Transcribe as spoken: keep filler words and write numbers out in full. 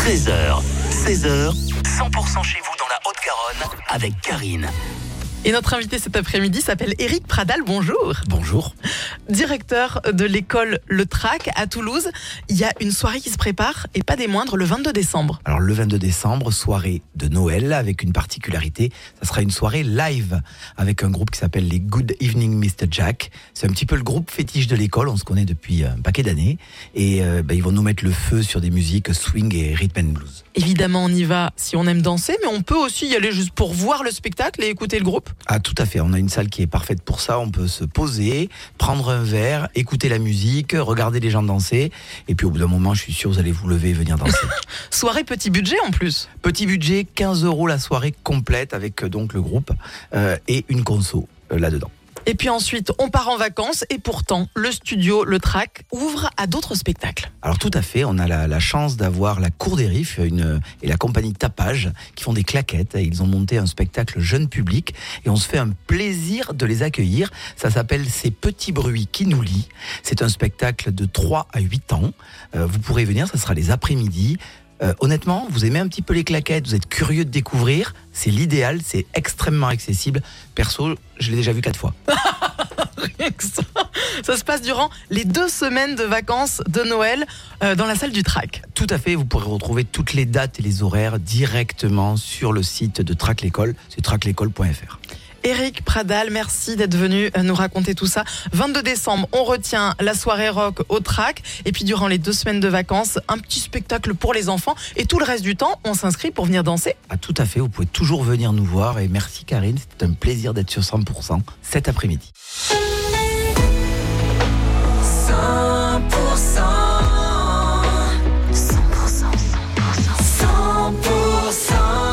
seize heures, seize heures, cent pour cent chez vous dans la Haute-Garonne avec Karine. Et notre invité cet après-midi s'appelle Éric Pradal. Bonjour. Bonjour. Directeur de l'école Le Trac à Toulouse. Il y a une soirée qui se prépare, et pas des moindres, le vingt-deux décembre. Alors le vingt-deux décembre, soirée de Noël avec une particularité. Ça sera une soirée live avec un groupe qui s'appelle les Good Evening mister Jack. C'est un petit peu le groupe fétiche de l'école. On se connaît depuis un paquet d'années. Et euh, bah, ils vont nous mettre le feu sur des musiques swing et rhythm and blues. Évidemment, on y va si on aime danser, mais on peut aussi y aller juste pour voir le spectacle et écouter le groupe. Ah, tout à fait. On a une salle qui est parfaite pour ça. On peut se poser, prendre un verre, écouter la musique, regarder les gens danser. Et puis au bout d'un moment, je suis sûr, vous allez vous lever et venir danser. Soirée petit budget en plus. Petit budget, quinze euros la soirée complète avec euh, donc le groupe euh, et une conso euh, là-dedans. Et puis ensuite, on part en vacances et pourtant, le studio Le Trac ouvre à d'autres spectacles. Alors tout à fait, on a la, la chance d'avoir la Cour des Riffs une, et la compagnie Tapage qui font des claquettes. Ils ont monté un spectacle jeune public et on se fait un plaisir de les accueillir. Ça s'appelle Ces petits bruits qui nous lient. C'est un spectacle de trois à huit ans. Euh, vous pourrez venir, ça sera les après-midi. Euh, honnêtement, vous aimez un petit peu les claquettes, vous êtes curieux de découvrir, c'est l'idéal, c'est extrêmement accessible. Perso, je l'ai déjà vu quatre fois. Rien que ça. Ça se passe durant les deux semaines de vacances de Noël euh, dans la salle du Trac. Tout à fait, vous pourrez retrouver toutes les dates et les horaires directement sur le site de Trac l'école, c'est trac l'école point f r. Éric Pradal, merci d'être venu nous raconter tout ça. vingt-deux décembre, on retient la soirée rock au Trac. Et puis durant les deux semaines de vacances, un petit spectacle pour les enfants. Et tout le reste du temps, on s'inscrit pour venir danser. Ah, tout à fait, vous pouvez toujours venir nous voir. Et merci Karine, c'était un plaisir d'être sur cent pour cent cet après-midi.